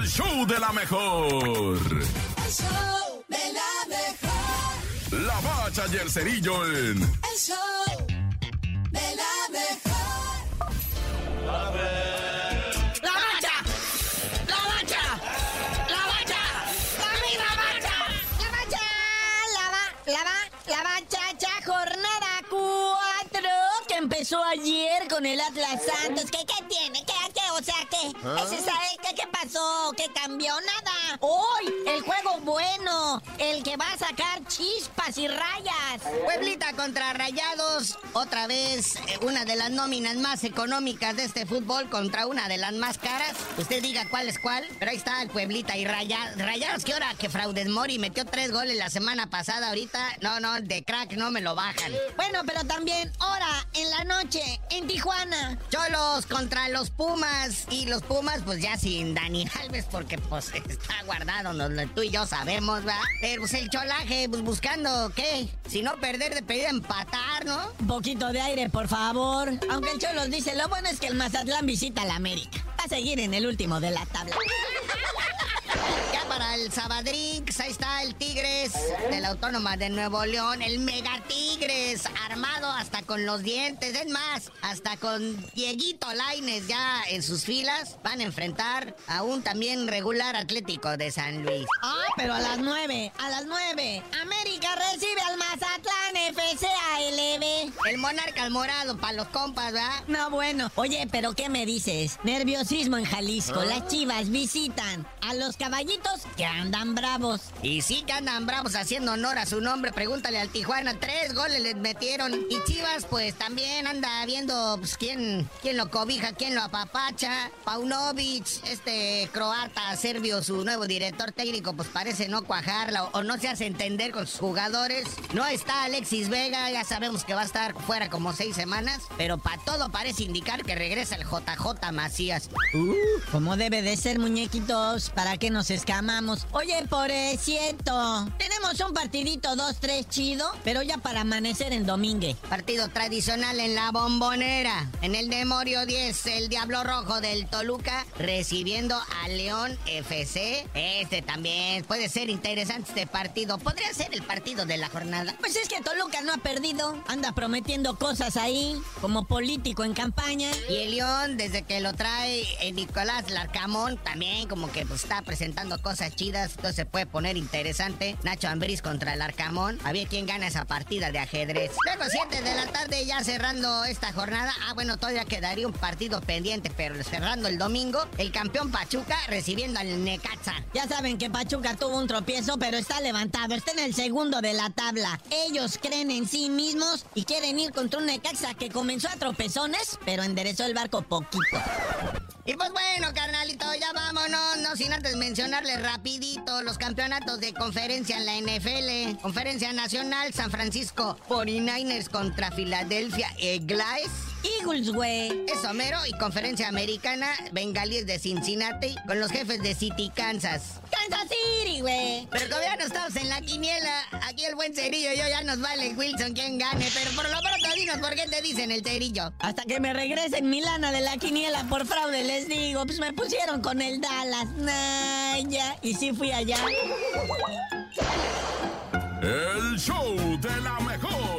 show de la mejor. El show de la mejor. La Bacha y el Cerillo en El show de la mejor. ¡La Bacha! ¡La Bacha! ¡La Bacha! ¡La misma Bacha! La Bacha, la Bachacha, jornada 4, que empezó ayer con el Atlas Santos. ¿Qué tiene? ¿Qué? O sea, ¿qué? ¿Ese sabe qué pasó? ¿Qué cambió? Nada. Hoy, el juego bueno, el que va a sacar chispas y rayas. Pueblita contra Rayados, otra vez una de las nóminas más económicas de este fútbol contra una de las más caras. Usted diga cuál es cuál, pero ahí está el Pueblita y Rayados. ¿Qué hora que Fraudes Mori metió 3 goles la semana pasada? Ahorita, no, de crack no me lo bajan. Bueno, pero también hora en la noche en Tijuana. Cholos contra los Pumas, y los Pumas pues ya sin Dani Alves porque pues está guardado, tú y yo sabemos, ¿verdad? Pero pues el cholaje pues buscando, ¿qué? Si no perder, de pedir empatar, ¿no? Un poquito de aire, por favor. Aunque el Cholos dice, lo bueno es que el Mazatlán visita la América. Va a seguir en el último de la tabla. Ya para el Sabadrix, ahí está el Tigres de la Autónoma de Nuevo León, el Mega Tigres, armado hasta con los dientes, es más, hasta con Dieguito Lainez ya en sus filas, van a enfrentar a un también regular Atlético de San Luis. Ah, pero a las 9, América recibe al Mazatlán FC ALB. El Monarca al morado para los compas, ¿verdad? No, bueno. Oye, pero ¿qué me dices? Nerviosismo en Jalisco. Las Chivas visitan a los Caballitos que andan bravos. Y sí que andan bravos haciendo honor a su nombre. Pregúntale al Tijuana, 3 goles les metieron. Y Chivas pues también anda viendo pues, quién lo cobija, quién lo apapacha. Paunovic, croata, serbio, su nuevo director técnico, pues parece no cuajarla o no se hace entender con sus jugadores. No está Alexis Vega, ya sabemos que va a estar fuera como 6 semanas. Pero para todo parece indicar que regresa el JJ Macías. Como debe de ser, muñequitos, ¿para qué nos escamamos? Oye, por cierto, tenemos un partidito 2-3 chido, pero ya para amanecer en domingue. Partido tradicional en la Bombonera, en el Memorio 10, el Diablo Rojo del Toluca recibiendo a León FC. También puede ser interesante este partido. Podría ser el partido de la jornada. Pues es que Toluca no ha perdido, anda prometiendo cosas ahí, como político en campaña. Y el León, desde que lo trae Nicolás Larcamón, también como que pues, está presentando cosas chidas, entonces se puede poner interesante. Nacho Ambriz contra el Arcamón, a ver quién gana esa partida de ajedrez. Luego 7 de la tarde ya cerrando esta jornada. Bueno, todavía quedaría un partido pendiente, pero cerrando el domingo, el campeón Pachuca recibiendo al Necaxa. Ya saben que Pachuca tuvo un tropiezo, pero está levantado, está en el segundo de la tabla. Ellos creen en sí mismos y quieren ir contra un Necaxa que comenzó a tropezones, pero enderezó el barco poquito. Y pues bueno, carnalito, ya vámonos, no sin antes mencionarles rapidito los campeonatos de conferencia en la NFL. Conferencia Nacional, San Francisco 49ers contra Philadelphia Eagles. Eagles, güey. Es Homero. Y conferencia americana, Bengalíes de Cincinnati con los Jefes de City, Kansas. Kansas City, güey. Pero como ya no estamos en la quiniela, aquí el buen Cerillo y yo ya nos vale Wilson quien gane. Pero por lo pronto dinos por qué te dicen el Cerillo. Hasta que me regresen mi lana de la quiniela por fraude, les digo. Pues me pusieron con el Dallas. Ya. Y sí fui allá. el show de la mejor.